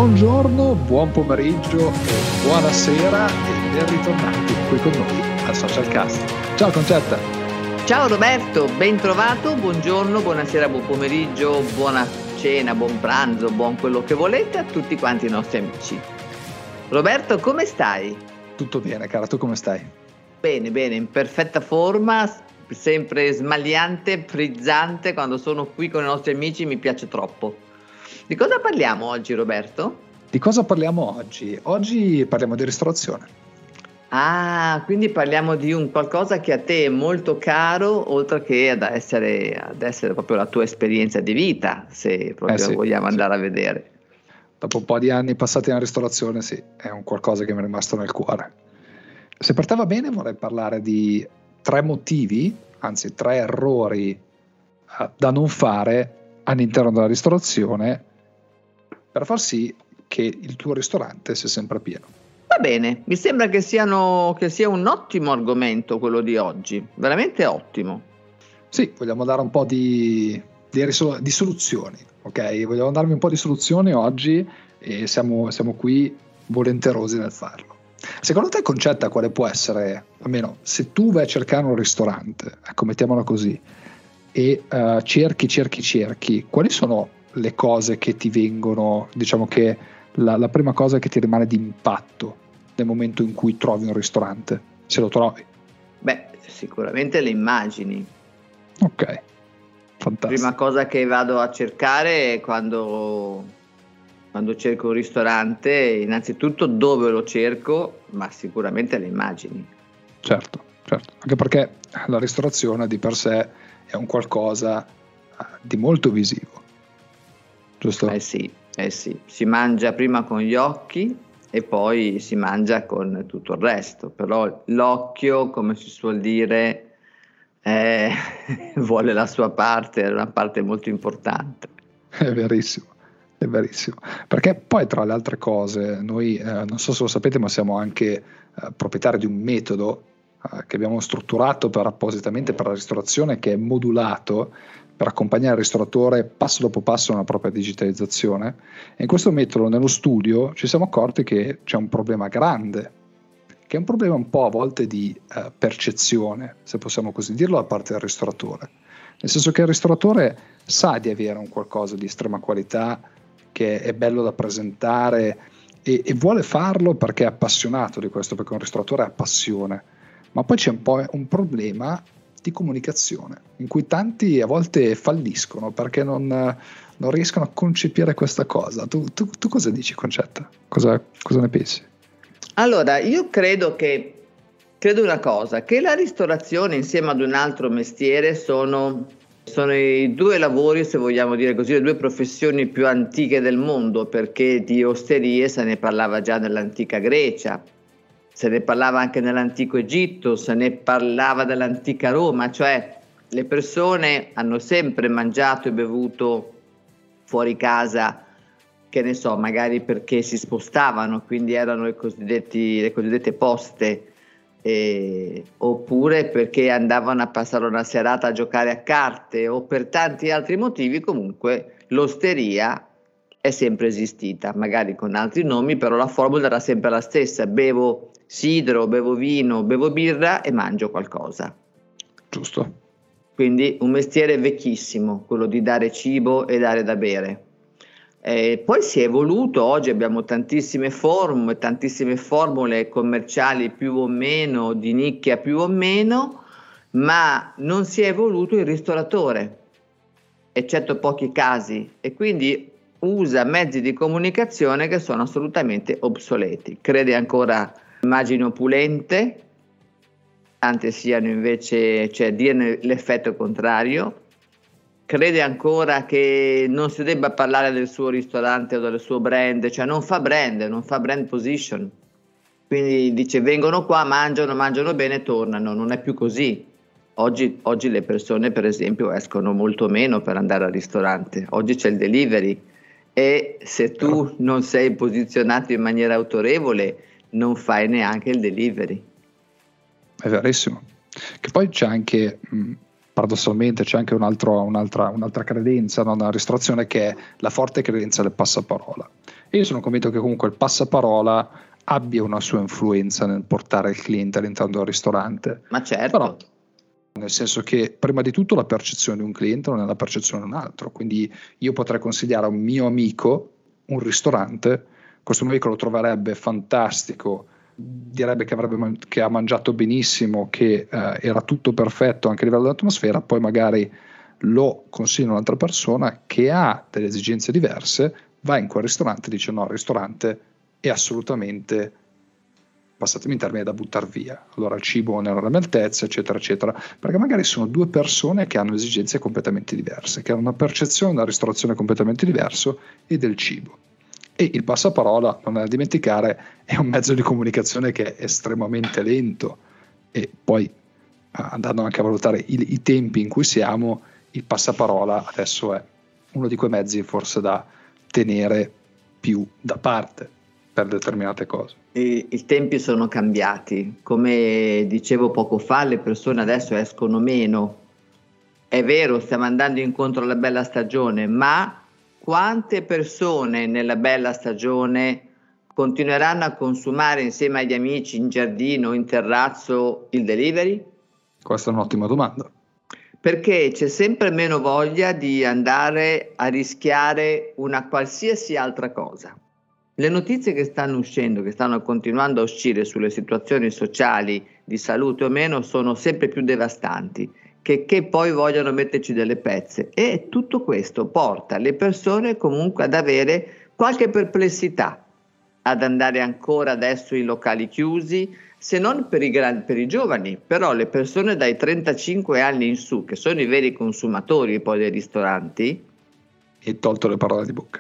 Buongiorno, buon pomeriggio e buonasera e ben ritornati qui con noi al Socialcast. Ciao Concetta. Ciao Roberto, ben trovato, buongiorno, buonasera, buon pomeriggio, buona cena, buon pranzo, buon quello che volete a tutti quanti i nostri amici. Roberto, come stai? Tutto bene, cara, tu come stai? Bene, in perfetta forma, sempre smagliante, frizzante, quando sono qui con i nostri amici mi piace troppo. Di cosa parliamo oggi, Roberto? Di cosa parliamo oggi? Oggi parliamo di ristorazione. Ah, quindi parliamo di un qualcosa che a te è molto caro, oltre che ad essere proprio la tua esperienza di vita, se proprio vogliamo andare a vedere. Dopo un po' di anni passati nella ristorazione, sì, è un qualcosa che mi è rimasto nel cuore. Se per te va bene, vorrei parlare di 3 motivi, anzi 3 errori da non fare all'interno della ristorazione per far sì che il tuo ristorante sia sempre pieno. Va bene, mi sembra che sia un ottimo argomento quello di oggi, veramente ottimo. Sì, vogliamo dare un po' di soluzioni, ok? Vogliamo darvi un po' di soluzioni oggi e siamo qui volenterosi nel farlo. Secondo te, Concetta, quale può essere, almeno se tu vai a cercare un ristorante, ecco, mettiamola così, e cerchi, quali sono le cose che ti vengono, diciamo che la prima cosa che ti rimane di impatto nel momento in cui trovi un ristorante, se lo trovi? Beh, sicuramente le immagini. Ok, fantastico. Prima cosa che vado a cercare quando cerco un ristorante, innanzitutto dove lo cerco, ma sicuramente le immagini. Certo, anche perché la ristorazione di per sé è un qualcosa di molto visivo, giusto? Eh sì, si mangia prima con gli occhi e poi si mangia con tutto il resto, però l'occhio, come si suol dire, vuole la sua parte, è una parte molto importante. È verissimo, perché poi tra le altre cose noi, non so se lo sapete, ma siamo anche proprietari di un metodo che abbiamo strutturato appositamente per la ristorazione, che è modulato per accompagnare il ristoratore passo dopo passo nella propria digitalizzazione. E in questo metodo, nello studio, ci siamo accorti che c'è un problema grande, che è un problema un po' a volte di percezione, se possiamo così dirlo, da parte del ristoratore. Nel senso che il ristoratore sa di avere un qualcosa di estrema qualità, che è bello da presentare e vuole farlo perché è appassionato di questo, perché un ristoratore ha passione. Ma poi c'è un po' un problema di comunicazione, in cui tanti a volte falliscono perché non riescono a concepire questa cosa. Tu cosa dici, Concetta? Cosa ne pensi? Allora, io credo una cosa, che la ristorazione insieme ad un altro mestiere sono i 2 lavori, se vogliamo dire così, le 2 professioni più antiche del mondo, perché di osterie se ne parlava già nell'antica Grecia, se ne parlava anche nell'antico Egitto, se ne parlava nell'antica Roma, cioè le persone hanno sempre mangiato e bevuto fuori casa, che ne so, magari perché si spostavano, quindi erano le cosiddette poste, oppure perché andavano a passare una serata a giocare a carte o per tanti altri motivi. Comunque l'osteria è sempre esistita, magari con altri nomi, però la formula era sempre la stessa: bevo sidro, bevo vino, bevo birra e mangio qualcosa. Giusto. Quindi un mestiere vecchissimo, quello di dare cibo e dare da bere. Poi si è evoluto, oggi abbiamo tantissime formule commerciali più o meno, di nicchia più o meno, ma non si è evoluto il ristoratore, eccetto pochi casi, e quindi usa mezzi di comunicazione che sono assolutamente obsoleti. Crede ancora immagini opulente, tante siano invece, cioè dirne l'effetto contrario. Crede ancora che non si debba parlare del suo ristorante o del suo brand, cioè non fa brand position. Quindi dice: vengono qua, mangiano bene, tornano. Non è più così. Oggi le persone, per esempio, escono molto meno per andare al ristorante. Oggi c'è il delivery e se tu non sei posizionato in maniera autorevole non fai neanche il delivery. È verissimo. Che poi c'è anche paradossalmente c'è anche un'altra credenza, no, nella ristorazione, che è la forte credenza del passaparola. E io sono convinto che comunque il passaparola abbia una sua influenza nel portare il cliente all'interno del ristorante. Ma certo. Però, nel senso che prima di tutto la percezione di un cliente non è la percezione di un altro, quindi io potrei consigliare a un mio amico un ristorante, questo mio amico lo troverebbe fantastico, direbbe che ha mangiato benissimo, che era tutto perfetto anche a livello dell'atmosfera, poi magari lo consiglia a un'altra persona che ha delle esigenze diverse, va in quel ristorante e dice no, il ristorante è assolutamente, passatemi in termini, da buttare via, allora il cibo non era all'altezza, eccetera eccetera, perché magari sono due persone che hanno esigenze completamente diverse, che hanno una percezione della ristorazione completamente diversa e del cibo. E il passaparola, non da dimenticare, è un mezzo di comunicazione che è estremamente lento, e poi andando anche a valutare i tempi in cui siamo, il passaparola adesso è uno di quei mezzi forse da tenere più da parte per determinate cose. I tempi sono cambiati, come dicevo poco fa, le persone adesso escono meno. È vero, stiamo andando incontro alla bella stagione, ma quante persone nella bella stagione continueranno a consumare insieme agli amici in giardino, in terrazzo, il delivery? Questa è un'ottima domanda. Perché c'è sempre meno voglia di andare a rischiare una qualsiasi altra cosa. Le notizie che stanno uscendo, che stanno continuando a uscire sulle situazioni sociali, di salute o meno, sono sempre più devastanti, che poi vogliono metterci delle pezze, e tutto questo porta le persone comunque ad avere qualche perplessità ad andare ancora adesso in locali chiusi, se non per i giovani, però le persone dai 35 anni in su, che sono i veri consumatori poi dei ristoranti, e tolto le parole di bocca,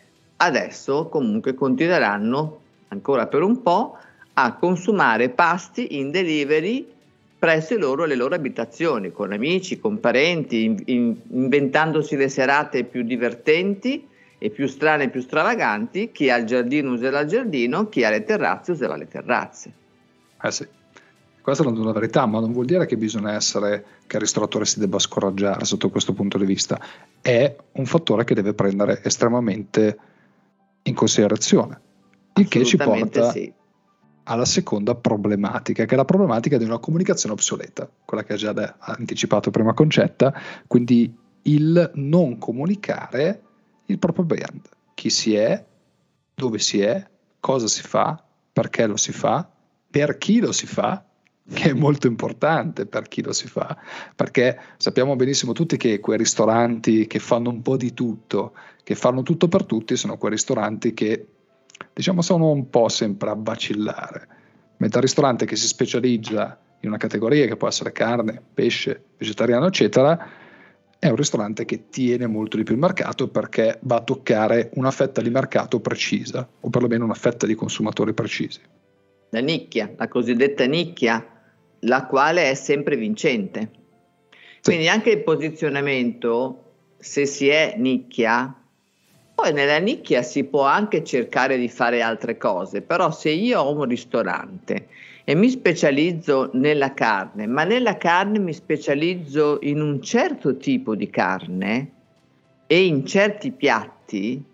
adesso comunque continueranno ancora per un po' a consumare pasti in delivery presso le loro abitazioni, con amici, con parenti, inventandosi le serate più divertenti e più strane e più stravaganti. Chi ha il giardino userà il giardino, chi ha le terrazze userà le terrazze. Sì, questa è una verità, ma non vuol dire che bisogna essere, che il ristoratore si debba scoraggiare sotto questo punto di vista. È un fattore che deve prendere estremamente in considerazione, il che ci porta alla seconda problematica, che è la problematica di una comunicazione obsoleta, quella che ha già anticipato prima Concetta, quindi il non comunicare il proprio brand, chi si è, dove si è, cosa si fa, perché lo si fa, per chi lo si fa, che è molto importante per chi lo si fa, perché sappiamo benissimo tutti che quei ristoranti che fanno un po' di tutto, che fanno tutto per tutti, sono quei ristoranti che, diciamo, sono un po' sempre a vacillare, mentre il ristorante che si specializza in una categoria, che può essere carne, pesce, vegetariano, eccetera, è un ristorante che tiene molto di più il mercato, perché va a toccare una fetta di mercato precisa, o perlomeno una fetta di consumatori precisi. La nicchia, la cosiddetta nicchia, la quale è sempre vincente. Sì. Quindi anche il posizionamento, se si è nicchia, poi nella nicchia si può anche cercare di fare altre cose, però se io ho un ristorante e mi specializzo nella carne, ma nella carne mi specializzo in un certo tipo di carne e in certi piatti,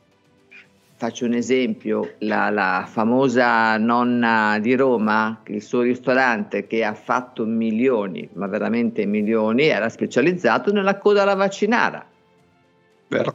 faccio un esempio, la famosa nonna di Roma, il suo ristorante che ha fatto milioni, ma veramente milioni, era specializzato nella coda alla vaccinara. Vero.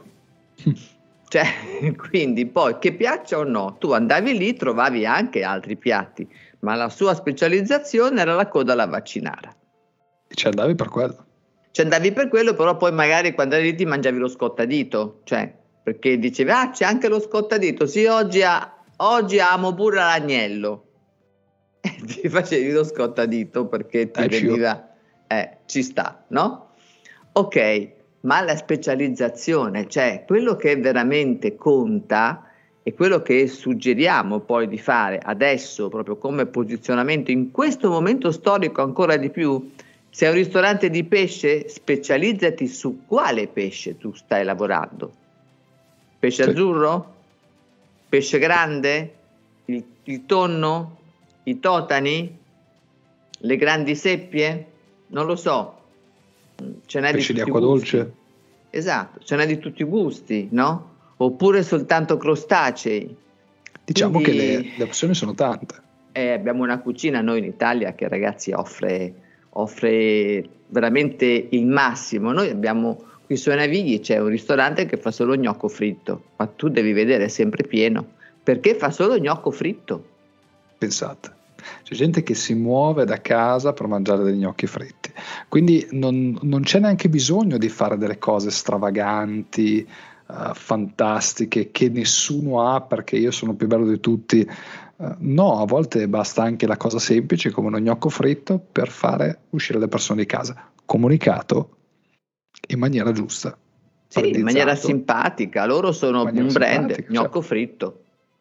Cioè, quindi poi che piaccia o no, tu andavi lì, trovavi anche altri piatti, ma la sua specializzazione era la coda alla vaccinara. E ci andavi per quello? Ci andavi per quello, però poi magari quando eri lì ti mangiavi lo scottadito, cioè, perché dicevi, c'è anche lo scottadito, sì, oggi amo pure l'agnello, e ti facevi lo scottadito perché ti veniva, ci sta, no? Ok, ma la specializzazione, cioè quello che veramente conta e quello che suggeriamo poi di fare adesso proprio come posizionamento in questo momento storico ancora di più. Se è un ristorante di pesce, specializzati su quale pesce tu stai lavorando. Pesce azzurro? Pesce grande? Il tonno? I totani? Le grandi seppie? Non lo so. Ce n'è di Pesce di tutti i acqua gusti. dolce. Esatto, ce n'è di tutti i gusti, no? Oppure soltanto crostacei. Diciamo che Quindi le opzioni sono tante. abbiamo una cucina noi in Italia che, ragazzi, offre veramente il massimo. Noi abbiamo qui su Navigli c'è un ristorante che fa solo gnocco fritto, ma tu devi vedere, è sempre pieno, perché fa solo gnocco fritto. Pensate, c'è gente che si muove da casa per mangiare degli gnocchi fritti, quindi non c'è neanche bisogno di fare delle cose stravaganti, fantastiche, che nessuno ha perché io sono più bello di tutti. No, a volte basta anche la cosa semplice come uno gnocco fritto per fare uscire le persone di casa, comunicato in maniera giusta, Sì, in maniera brandizzato, simpatica, loro in sono maniera un brand, simpatica, gnocco certo. fritto.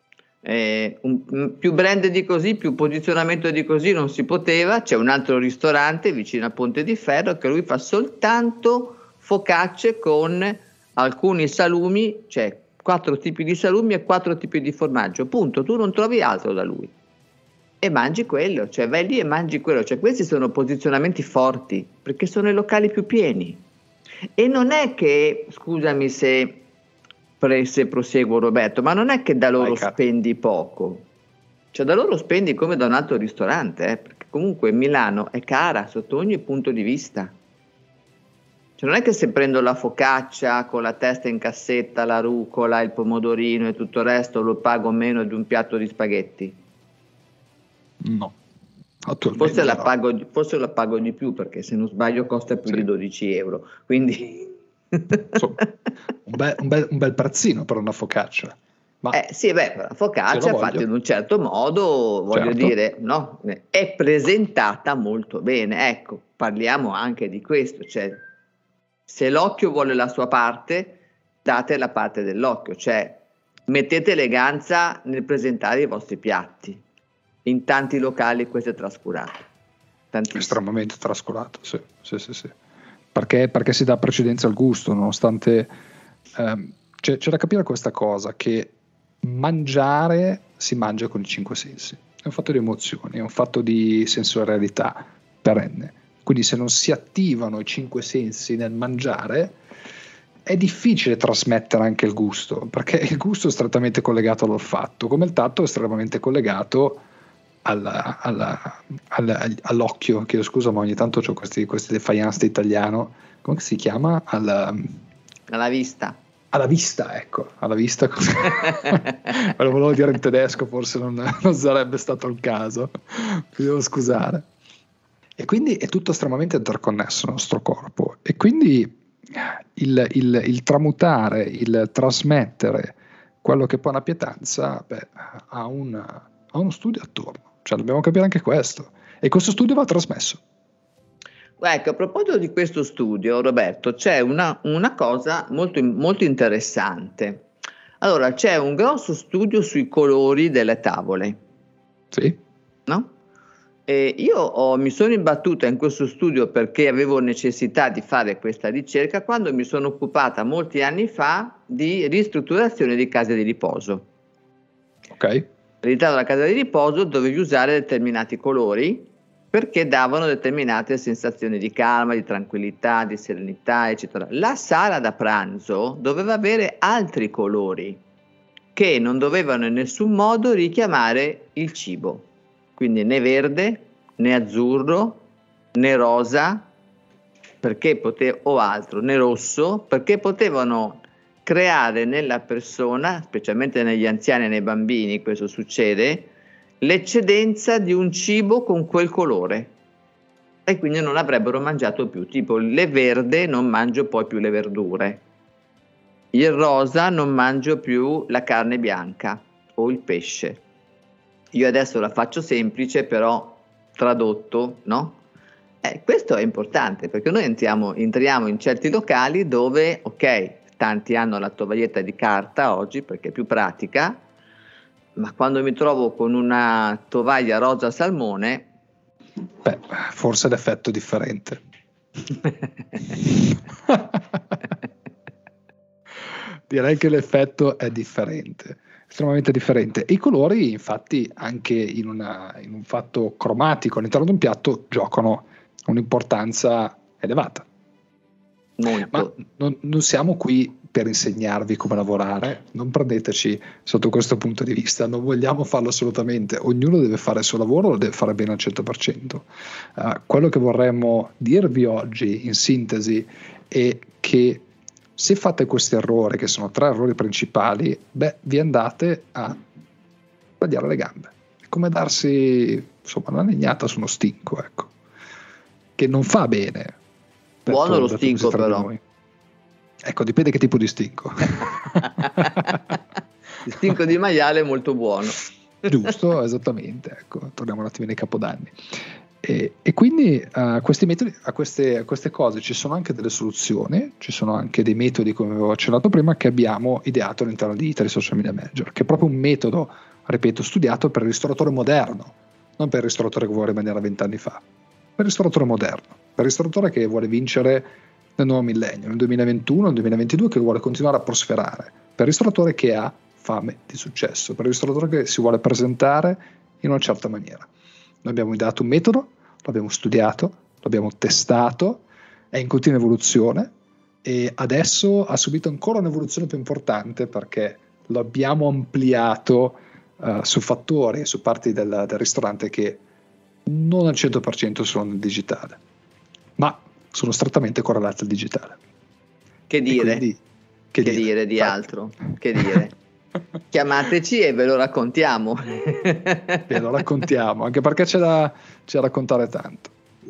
Più brand di così, più posizionamento di così non si poteva. C'è un altro ristorante vicino a Ponte di Ferro che lui fa soltanto focacce con alcuni salumi, cioè 4 tipi di salumi e 4 tipi di formaggio, punto. Tu non trovi altro da lui e mangi quello, cioè vai lì e mangi quello, cioè questi sono posizionamenti forti perché sono i locali più pieni. E non è che, scusami se proseguo Roberto, ma non è che da Vai, loro cara. spendi poco, cioè da loro spendi come da un altro ristorante, perché comunque Milano è cara sotto ogni punto di vista. Cioè non è che se prendo la focaccia con la testa in cassetta, la rucola, il pomodorino e tutto il resto lo pago meno di un piatto di spaghetti. No, attualmente no. Forse la pago di più perché se non sbaglio costa più Sì. di 12 euro. Quindi Insomma, un bel prezzino per una focaccia, ma sì, beh, la se lo focaccia fatta in voglio, un certo modo, voglio certo, dire, no? È presentata molto bene. Ecco, parliamo anche di questo, cioè se l'occhio vuole la sua parte, date la parte dell'occhio, cioè mettete eleganza nel presentare i vostri piatti. In tanti locali questo è trascurato, tantissimo. estremamente trascurato, sì, sì, sì, sì. Perché si dà precedenza al gusto, nonostante c'è da capire questa cosa, che mangiare si mangia con i 5 sensi, è un fatto di emozioni, è un fatto di sensorialità perenne, quindi se non si attivano i 5 sensi nel mangiare è difficile trasmettere anche il gusto, perché il gusto è strettamente collegato all'olfatto, come il tatto è estremamente collegato all'occhio, chiedo scusa ma ogni tanto ho questi defiance italiano, come si chiama? Alla vista. Alla vista, ecco, alla vista. Me lo volevo dire in tedesco, forse non sarebbe stato il caso, mi devo scusare. E quindi è tutto estremamente interconnesso il nostro corpo, e quindi il tramutare, il trasmettere quello che poi è una pietanza, ha uno studio attorno, cioè dobbiamo capire anche questo, e questo studio va trasmesso. Ecco, a proposito di questo studio, Roberto, c'è una cosa molto, molto interessante. Allora, c'è un grosso studio sui colori delle tavole, Sì, no? E io mi sono imbattuta in questo studio perché avevo necessità di fare questa ricerca quando mi sono occupata molti anni fa di ristrutturazione di case di riposo. ok, All'interno della casa di riposo dovevi usare determinati colori perché davano determinate sensazioni di calma, di tranquillità, di serenità, eccetera. La sala da pranzo doveva avere altri colori che non dovevano in nessun modo richiamare il cibo, quindi né verde, né azzurro, né rosa, o altro, né rosso, perché potevano creare nella persona, specialmente negli anziani e nei bambini, questo succede, l'eccedenza di un cibo con quel colore e quindi non avrebbero mangiato più, tipo le verde non mangio poi più le verdure, il rosa non mangio più la carne bianca o il pesce. Io adesso la faccio semplice, però tradotto, no? Questo è importante perché noi entriamo in certi locali dove, ok, tanti hanno la tovaglietta di carta oggi perché è più pratica, ma quando mi trovo con una tovaglia rosa salmone, forse l'effetto è differente. Direi che l'effetto è differente, estremamente differente. E i colori, infatti, anche in un fatto cromatico all'interno di un piatto, giocano un'importanza elevata. molto. Ma non siamo qui per insegnarvi come lavorare, non prendeteci sotto questo punto di vista, non vogliamo farlo assolutamente, ognuno deve fare il suo lavoro, lo deve fare bene al 100%. Quello che vorremmo dirvi oggi in sintesi è che se fate questi errori, che sono 3 errori principali, vi andate a tagliare le gambe. È come darsi una legnata su uno stinco, ecco, che non fa bene. Buono lo stinco però. Ecco, dipende che tipo di stinco. Il stinco di maiale è molto buono. Giusto, esattamente. Ecco, torniamo un attimo nei capodanni. E quindi a questi metodi, a queste cose ci sono anche delle soluzioni, ci sono anche dei metodi, come avevo accennato prima, che abbiamo ideato all'interno di Italy Social Media Manager, che è proprio un metodo, ripeto, studiato per il ristoratore moderno, non per il ristoratore che vuole rimanere a 20 anni fa, per il ristoratore moderno, per il ristoratore che vuole vincere nel nuovo millennio, nel 2021, nel 2022, che vuole continuare a prosperare, per il ristoratore che ha fame di successo, per il ristoratore che si vuole presentare in una certa maniera. Noi abbiamo dato un metodo, l'abbiamo studiato, l'abbiamo testato, è in continua evoluzione e adesso ha subito ancora un'evoluzione più importante perché lo abbiamo ampliato su fattori e su parti del ristorante che non al 100% sono nel digitale, ma sono strettamente correlati al digitale. Che dire? Quindi, che dire di altro? Che dire? Chiamateci e ve lo raccontiamo. Ve lo raccontiamo, anche perché c'è da raccontare tanto.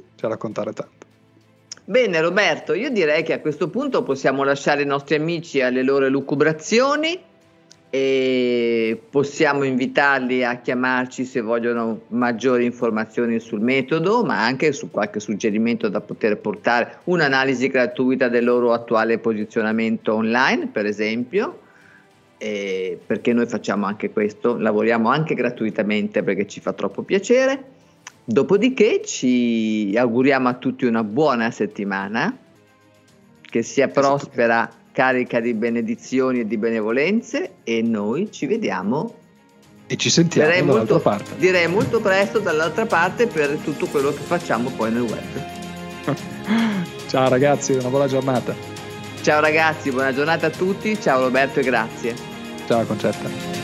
Bene Roberto, io direi che a questo punto possiamo lasciare i nostri amici alle loro elucubrazioni e possiamo invitarli a chiamarci se vogliono maggiori informazioni sul metodo, ma anche su qualche suggerimento da poter portare, un'analisi gratuita del loro attuale posizionamento online, per esempio, perché noi facciamo anche questo, lavoriamo anche gratuitamente perché ci fa troppo piacere. Dopodiché ci auguriamo a tutti una buona settimana, che sia prospera, carica di benedizioni e di benevolenze, e noi ci vediamo e ci sentiamo dall'altra parte. Direi molto presto dall'altra parte per tutto quello che facciamo poi nel web. Ciao ragazzi, una buona giornata. Ciao ragazzi, buona giornata a tutti, ciao Roberto e grazie. Ciao Concetta.